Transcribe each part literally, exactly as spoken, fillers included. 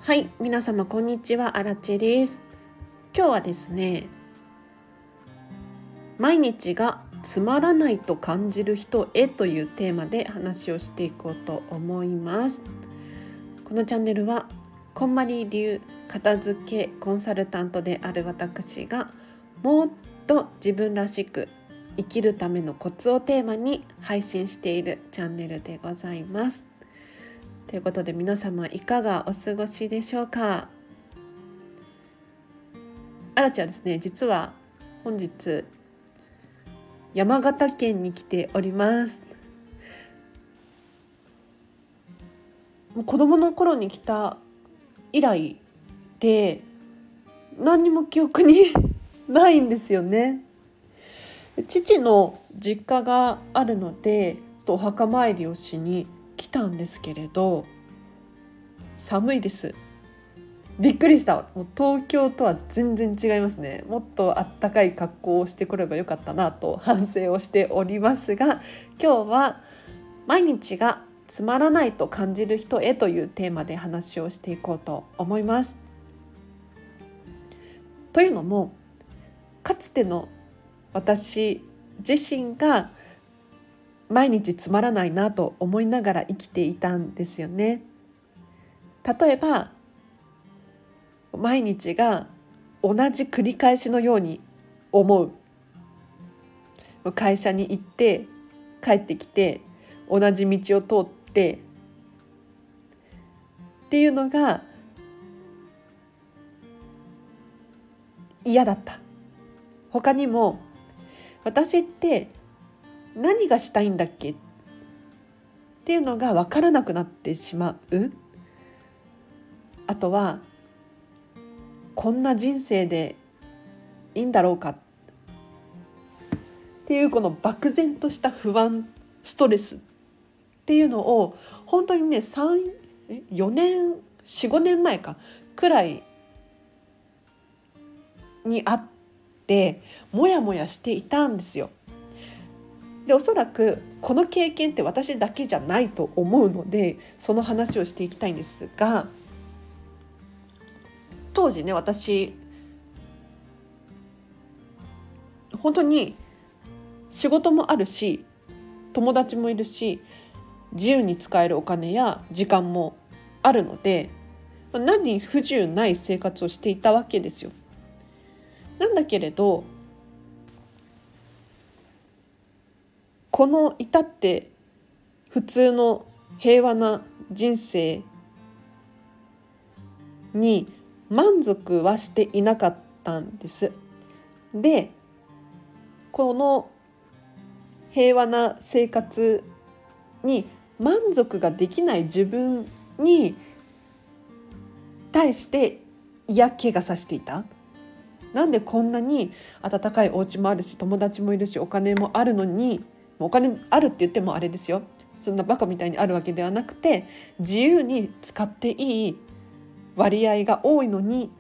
はい、皆様こんにちは、あらちです。今日はですね、毎日がつまらないと感じる人へというテーマで話をしていこうと思います。このチャンネルはこんまり流片付けコンサルタントである私がもっと自分らしく生きるためのコツをテーマに配信しているチャンネルでございます。ということで皆様いかがお過ごしでしょうか。あらちはですね、実は本日山形県に来ております。もう子供の頃に来た以来で何にも記憶にないんですよね。父の実家があるのでちょっとお墓参りをしに来たんですけれど、寒いです。びっくりした。もう東京とは全然違いますね。もっとあったかい格好をしてくればよかったなと反省をしておりますが、今日は毎日がつまらないと感じる人へというテーマで話をしていこうと思います。というのも、かつての私自身が毎日つまらないなと思いながら生きていたんですよね。例えば毎日が同じ繰り返しのように思う。会社に行って帰ってきて同じ道を通ってっていうのが嫌だった。他にも、私って何がしたいんだっけっていうのが分からなくなってしまう。あとは、こんな人生でいいんだろうかっていうこの漠然とした不安、ストレスっていうのを本当にねさん、よねん、よん、ごねんまえかくらいにあってもやもやしていたんですよ。で、おそらくこの経験って私だけじゃないと思うので、その話をしていきたいんですが、当時ね、私本当に仕事もあるし友達もいるし自由に使えるお金や時間もあるので、何不自由ない生活をしていたわけですよ。なんだけれど、この至って普通の平和な人生に満足はしていなかったんです。で、この平和な生活に満足ができない自分に対して嫌気がさしていた。なんでこんなに温かいお家もあるし友達もいるしお金もあるのに、お金あるって言ってもあれですよ、そんなバカみたいにあるわけではなくて、自由に使っていい割合が多いのに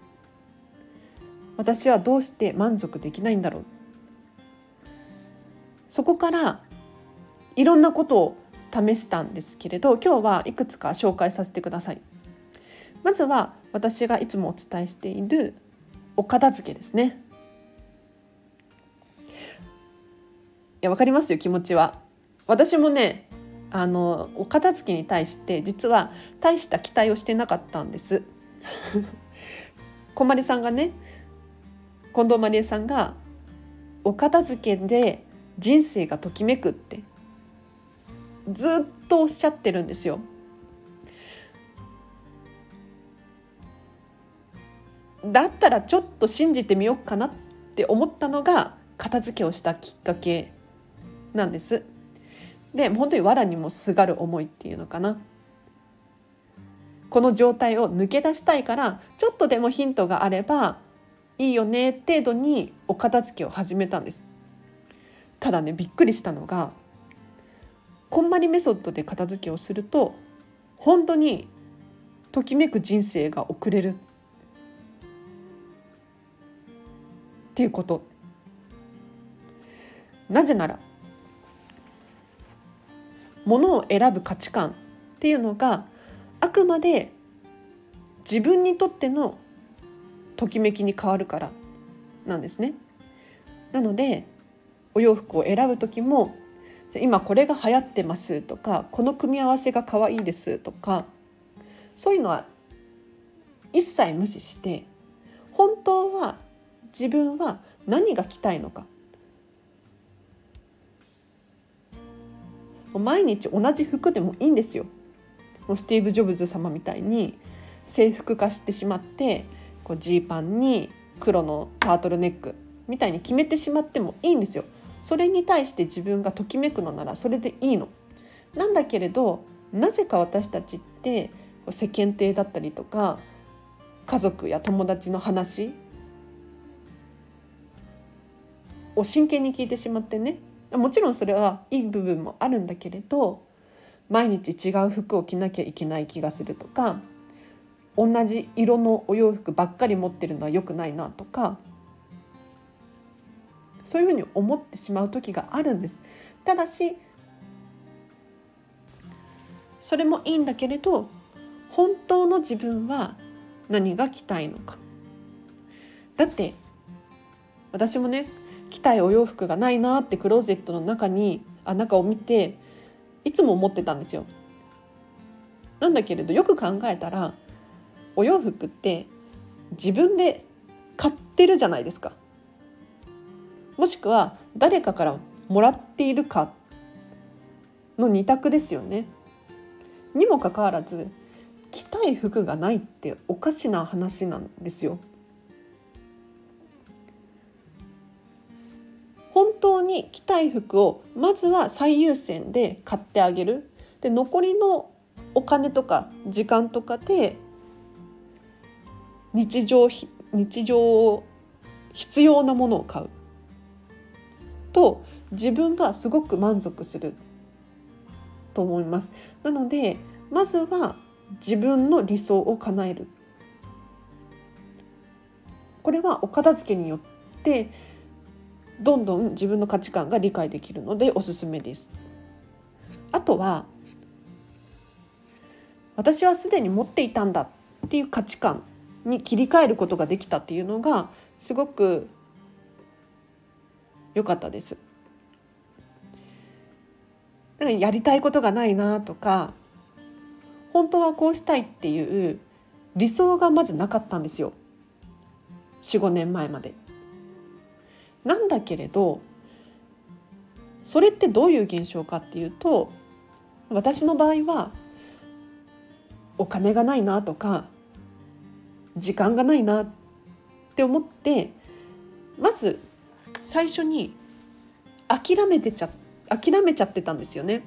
私はどうして満足できないんだろう。そこからいろんなことを試したんですけれど、今日はいくつか紹介させてください。まずは私がいつもお伝えしているお片付けですね。いや、わかりますよ、気持ちは。私もね、あのお片付けに対して実は大した期待をしてなかったんです。こんまりさんがね、近藤まりえさんがお片付けで人生がときめくってずっとおっしゃってるんですよ。だったらちょっと信じてみようかなって思ったのが片付けをしたきっかけなんです。で、本当に藁にもすがる思いっていうのかな。この状態を抜け出したいから、ちょっとでもヒントがあればいいよね程度にお片付けを始めたんです。ただね、びっくりしたのが、こんまりメソッドで片付けをすると本当にときめく人生が送れるっていうこと。なぜなら、物を選ぶ価値観っていうのがあくまで自分にとってのときめきに変わるからなんですね。なのでお洋服を選ぶ時も、じゃ今これが流行ってますとか、この組み合わせが可愛いですとか、そういうのは一切無視して、本当は自分は何が着たいのか、もう毎日同じ服でもいいんですよ。もうスティーブ・ジョブズ様みたいに制服化してしまって、こうジーパンに黒のタートルネックみたいに決めてしまってもいいんですよ。それに対して自分がときめくのならそれでいいのなんだけれど、なぜか私たちって世間体だったりとか、家族や友達の話を真剣に聞いてしまってね、もちろんそれはいい部分もあるんだけれど、毎日違う服を着なきゃいけない気がするとか、同じ色のお洋服ばっかり持ってるのは良くないなとか、そういうふうに思ってしまう時があるんです。ただしそれもいいんだけれど、本当の自分は何が着たいのか。だって私もね、着たいお洋服がないなってクローゼットの中にあ中を見ていつも思ってたんですよ。なんだけれど、よく考えたらお洋服って自分で買ってるじゃないですか。もしくは誰かからもらっているかの二択ですよね。にもかかわらず着たい服がないっておかしな話なんですよ。本当に着たい服をまずは最優先で買ってあげる。で、残りのお金とか時間とかで日常日常必要なものを買うと、自分がすごく満足すると思います。なのでまずは自分の理想を叶える。これはお片付けによってどんどん自分の価値観が理解できるのでおすすめです。あとは、私はすでに持っていたんだっていう価値観に切り替えることができたっていうのがすごく良かったです。だからやりたいことがないなとか、本当はこうしたいっていう理想がまずなかったんですよ。よん、ごねんまえまで。なんだけれど、それってどういう現象かっていうと、私の場合はお金がないなとか時間がないなって思って、まず最初に諦めてちゃ諦めちゃってたんですよね。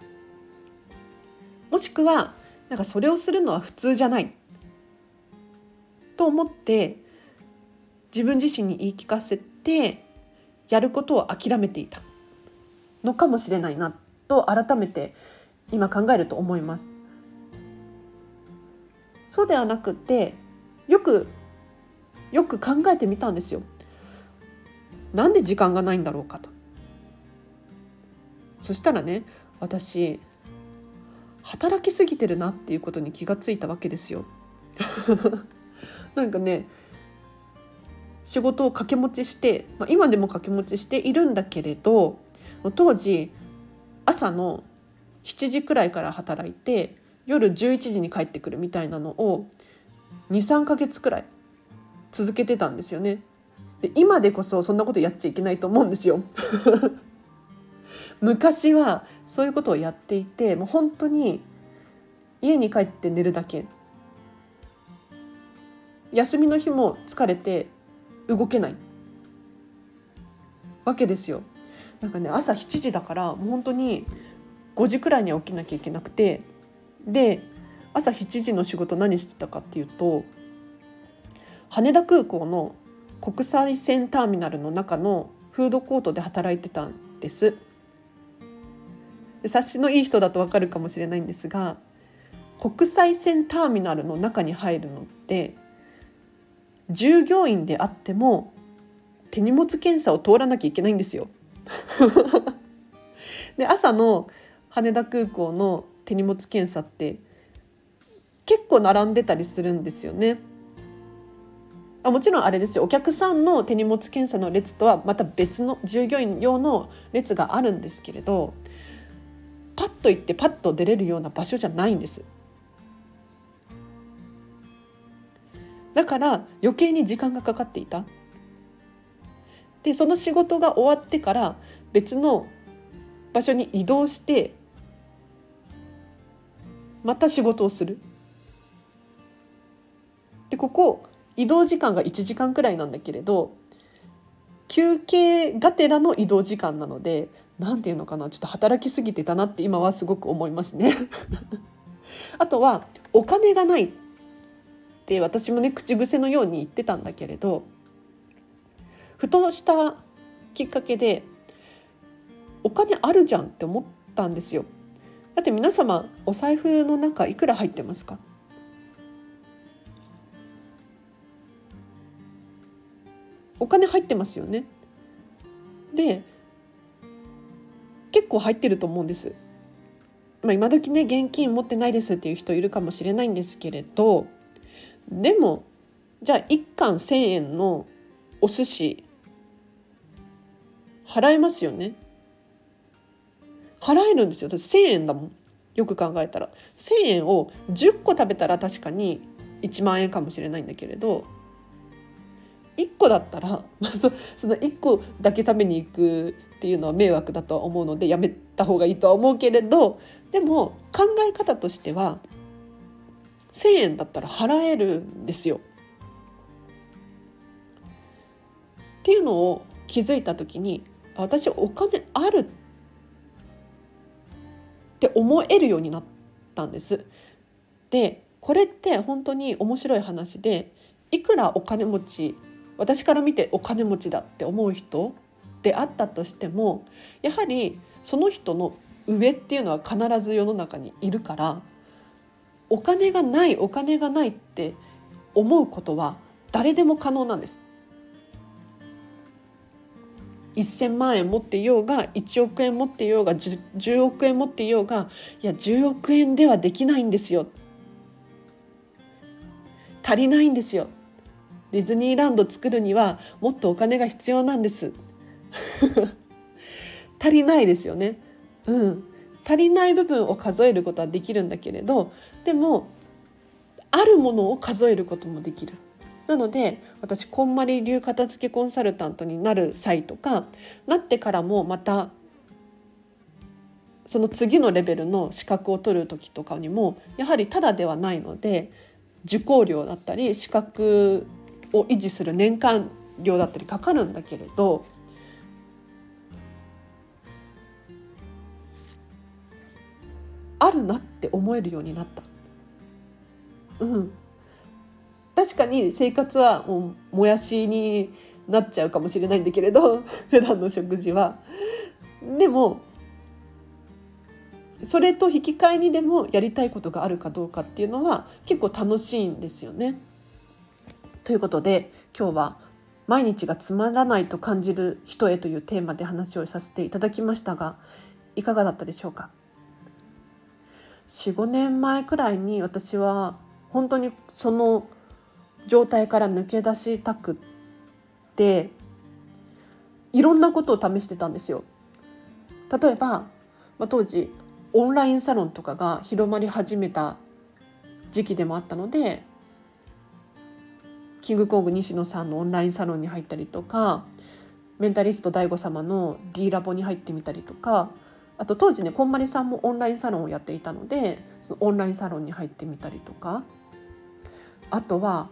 もしくはなんかそれをするのは普通じゃないと思って自分自身に言い聞かせてやることを諦めていたのかもしれないなと改めて今考えると思います。そうではなくて、よくよく考えてみたんですよ。なんで時間がないんだろうかと。そしたらね、私働きすぎてるなっていうことに気がついたわけですよ。なんかね、仕事を掛け持ちして、まあ、今でも掛け持ちしているんだけれど、当時朝のしちじくらいから働いて夜じゅういちじに帰ってくるみたいなのをに、さんかげつくらい続けてたんですよね。で、今でこそそんなことやっちゃいけないと思うんですよ。昔はそういうことをやっていて、もう本当に家に帰って寝るだけ、休みの日も疲れて動けないわけですよ。なんかね、朝しちじだからもう本当にごじくらいには起きなきゃいけなくて、で朝しちじの仕事何してたかっていうと、羽田空港の国際線ターミナルの中のフードコートで働いてたんです。で、察しのいい人だと分かるかもしれないんですが、国際線ターミナルの中に入るのって従業員であっても手荷物検査を通らなきゃいけないんですよ。で、朝の羽田空港の手荷物検査って結構並んでたりするんですよね。あもちろんあれですよ、お客さんの手荷物検査の列とはまた別の従業員用の列があるんですけれど、パッと行ってパッと出れるような場所じゃないんです。だから余計に時間がかかっていた。でその仕事が終わってから別の場所に移動してまた仕事をする。でここ移動時間がいちじかんくらいなんだけれど、休憩がてらの移動時間なので、なんていうのかな、ちょっと働きすぎてたなって今はすごく思いますねあとはお金がないって私もね口癖のように言ってたんだけれど、ふとしたきっかけでお金あるじゃんって思ったんですよ。だって皆様お財布の中いくら入ってますか？お金入ってますよね。で結構入ってると思うんです。まあ、今時ね現金持ってないですっていう人いるかもしれないんですけれど、でもじゃあいっ貫せんえんのお寿司払えますよね。払えるんですよ。だってせんえんだもん。よく考えたらせんえんをじゅっこ食べたら確かにいちまんえんかもしれないんだけれど、いっこだったら、まあ、そ, そのいっこだけ食べに行くっていうのは迷惑だとは思うのでやめた方がいいとは思うけれど、でも考え方としてはせんえんだったら払えるんですよっていうのを気づいた時に、私お金あるって思えるようになったんです。でこれって本当に面白い話で、いくらお金持ち、私から見てお金持ちだって思う人であったとしても、やはりその人の上っていうのは必ず世の中にいるから、お金がないお金がないって思うことは誰でも可能なんです。せんまんえん持っていようがいちおくえん持っていようが 10, じゅうおくえん持っていようが、いやじゅうおくえんではできないんですよ、足りないんですよ、ディズニーランド作るにはもっとお金が必要なんです足りないですよね。うん、足りない部分を数えることはできるんだけれど、でもあるものを数えることもできる。なので私こんまり流片付けコンサルタントになる際とかなってからも、またその次のレベルの資格を取る時とかにもやはりただではないので、受講料だったり資格を維持する年間料だったりかかるんだけれど、あるなって思えるようになった。うん、確かに生活はもうもやしになっちゃうかもしれないんだけれど普段の食事はでもそれと引き換えにでもやりたいことがあるかどうかっていうのは結構楽しいんですよね。ということで今日は毎日がつまらないと感じる人へというテーマで話をさせていただきましたが、いかがだったでしょうか。 よん,ご 年前くらいに私は本当にその状態から抜け出したくっていろんなことを試してたんですよ。例えば、まあ、当時オンラインサロンとかが広まり始めた時期でもあったので、キングコング西野さんのオンラインサロンに入ったりとか、メンタリスト ダイゴ 様の D ラボに入ってみたりとか、あと当時ねこんまりさんもオンラインサロンをやっていたのでそのオンラインサロンに入ってみたりとか、あとは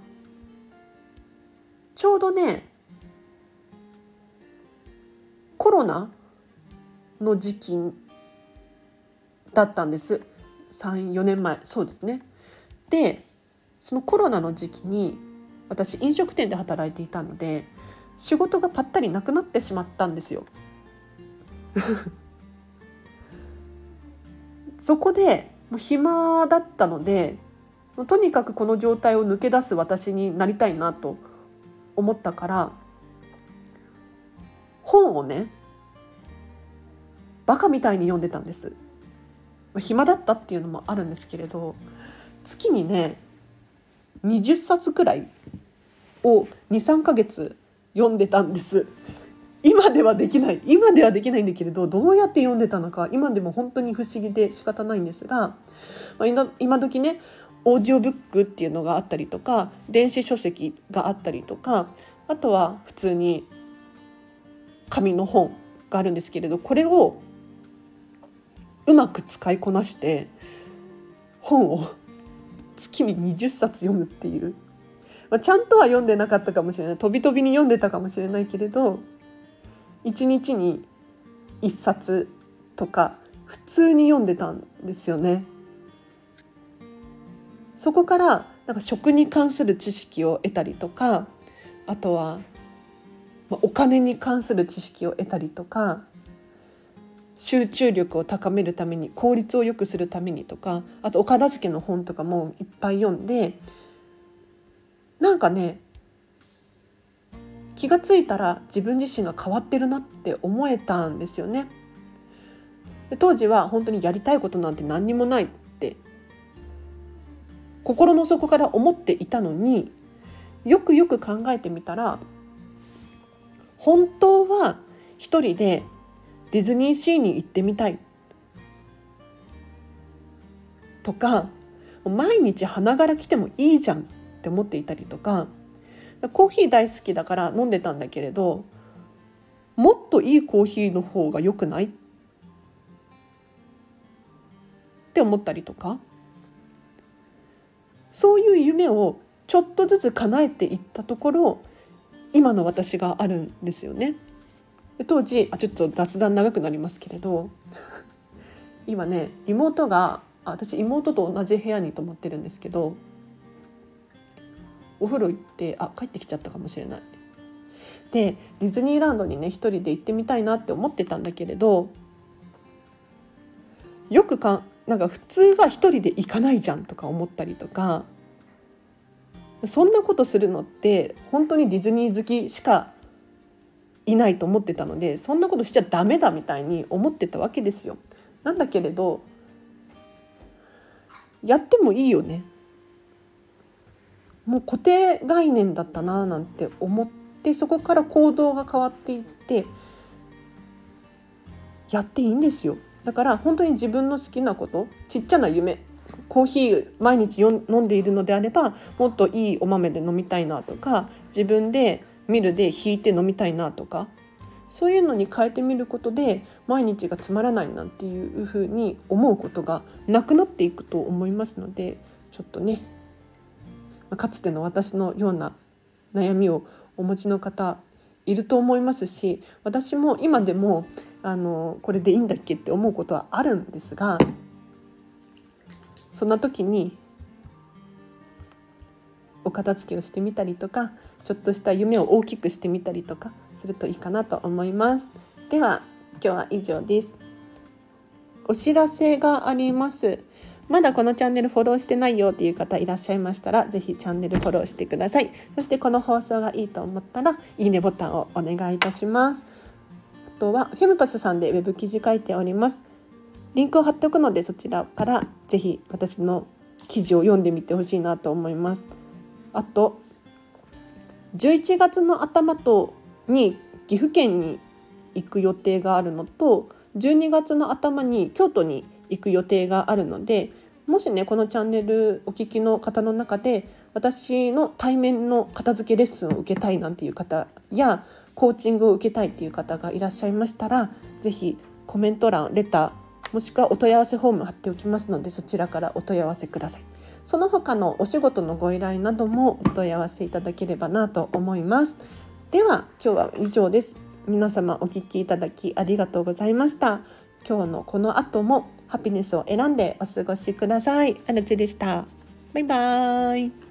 ちょうどねコロナの時期だったんです。さん、よねんまえ、そうですね。でそのコロナの時期に私飲食店で働いていたので仕事がぱったりなくなってしまったんですよそこでもう暇だったので、とにかくこの状態を抜け出す私になりたいなと思ったから本をねバカみたいに読んでたんです。暇だったっていうのもあるんですけれど、 月にねにじゅっさつくらいを にさんかげつ読んでたんです。今ではできない今ではできないんだけれど、どうやって読んでたのか今でも本当に不思議で仕方ないんですが、まあ、今, 今時ねオーディオブックっていうのがあったりとか、電子書籍があったりとか、あとは普通に紙の本があるんですけれど、これをうまく使いこなして本を月ににじゅっさつ読むっていう、まあ、ちゃんとは読んでなかったかもしれない、飛び飛びに読んでたかもしれないけれど、いちにちにいっさつとか普通に読んでたんですよね。そこからなんか食に関する知識を得たりとか、あとはお金に関する知識を得たりとか、集中力を高めるために、効率を良くするためにとか、あとお片付けの本とかもいっぱい読んで、なんかね気がついたら自分自身が変わってるなって思えたんですよね。で当時は本当にやりたいことなんて何にもないって心の底から思っていたのに、よくよく考えてみたら、本当は一人でディズニーシーに行ってみたいとか、毎日花柄着てもいいじゃんって思っていたりとか、コーヒー大好きだから飲んでたんだけれど、もっといいコーヒーの方が良くないって思ったりとか、そういう夢をちょっとずつ叶えていったところ、今の私があるんですよね。で当時あちょっと雑談長くなりますけれど今ね妹があ私妹と同じ部屋に泊まってるんですけど、お風呂行ってあ帰ってきちゃったかもしれない。でディズニーランドにね一人で行ってみたいなって思ってたんだけれど、よくかなんか普通は一人で行かないじゃんとか思ったりとか、そんなことするのって本当にディズニー好きしかいないと思ってたので、そんなことしちゃダメだみたいに思ってたわけですよ。なんだけれどやってもいいよね、もう固定概念だったななんて思って、そこから行動が変わっていってやっていいんですよ。だから本当に自分の好きなこと、ちっちゃな夢、コーヒー毎日飲んでいるのであればもっといいお豆で飲みたいなとか、自分でミルでひいて飲みたいなとか、そういうのに変えてみることで毎日がつまらないなんていうふうに思うことがなくなっていくと思いますので、ちょっとねかつての私のような悩みをお持ちの方いると思いますし、私も今でもあのこれでいいんだっけって思うことはあるんですが、そんな時にお片付けをしてみたりとか、ちょっとした夢を大きくしてみたりとかするといいかなと思います。では今日は以上です。お知らせがあります。まだこのチャンネルフォローしてないよっていう方いらっしゃいましたら、ぜひチャンネルフォローしてください。そしてこの放送がいいと思ったらいいねボタンをお願いいたします。あとはフェムパスさんでウェブ記事書いております。リンクを貼っておくので、そちらからぜひ私の記事を読んでみてほしいなと思います。あとじゅういちがつの頭とに岐阜県に行く予定があるのと、じゅうにがつの頭に京都に行く予定があるので、もしねこのチャンネルお聞きの方の中で私の対面の片付けレッスンを受けたいなんていう方やコーチングを受けたいっていう方がいらっしゃいましたら、ぜひコメント欄、レターもしくはお問い合わせフォーム貼っておきますので、そちらからお問い合わせください。その他のお仕事のご依頼などもお問い合わせいただければなと思います。では今日は以上です。皆様お聞きいただきありがとうございました。今日のこの後もハピネスを選んでお過ごしください。あらちでした。バイバイ。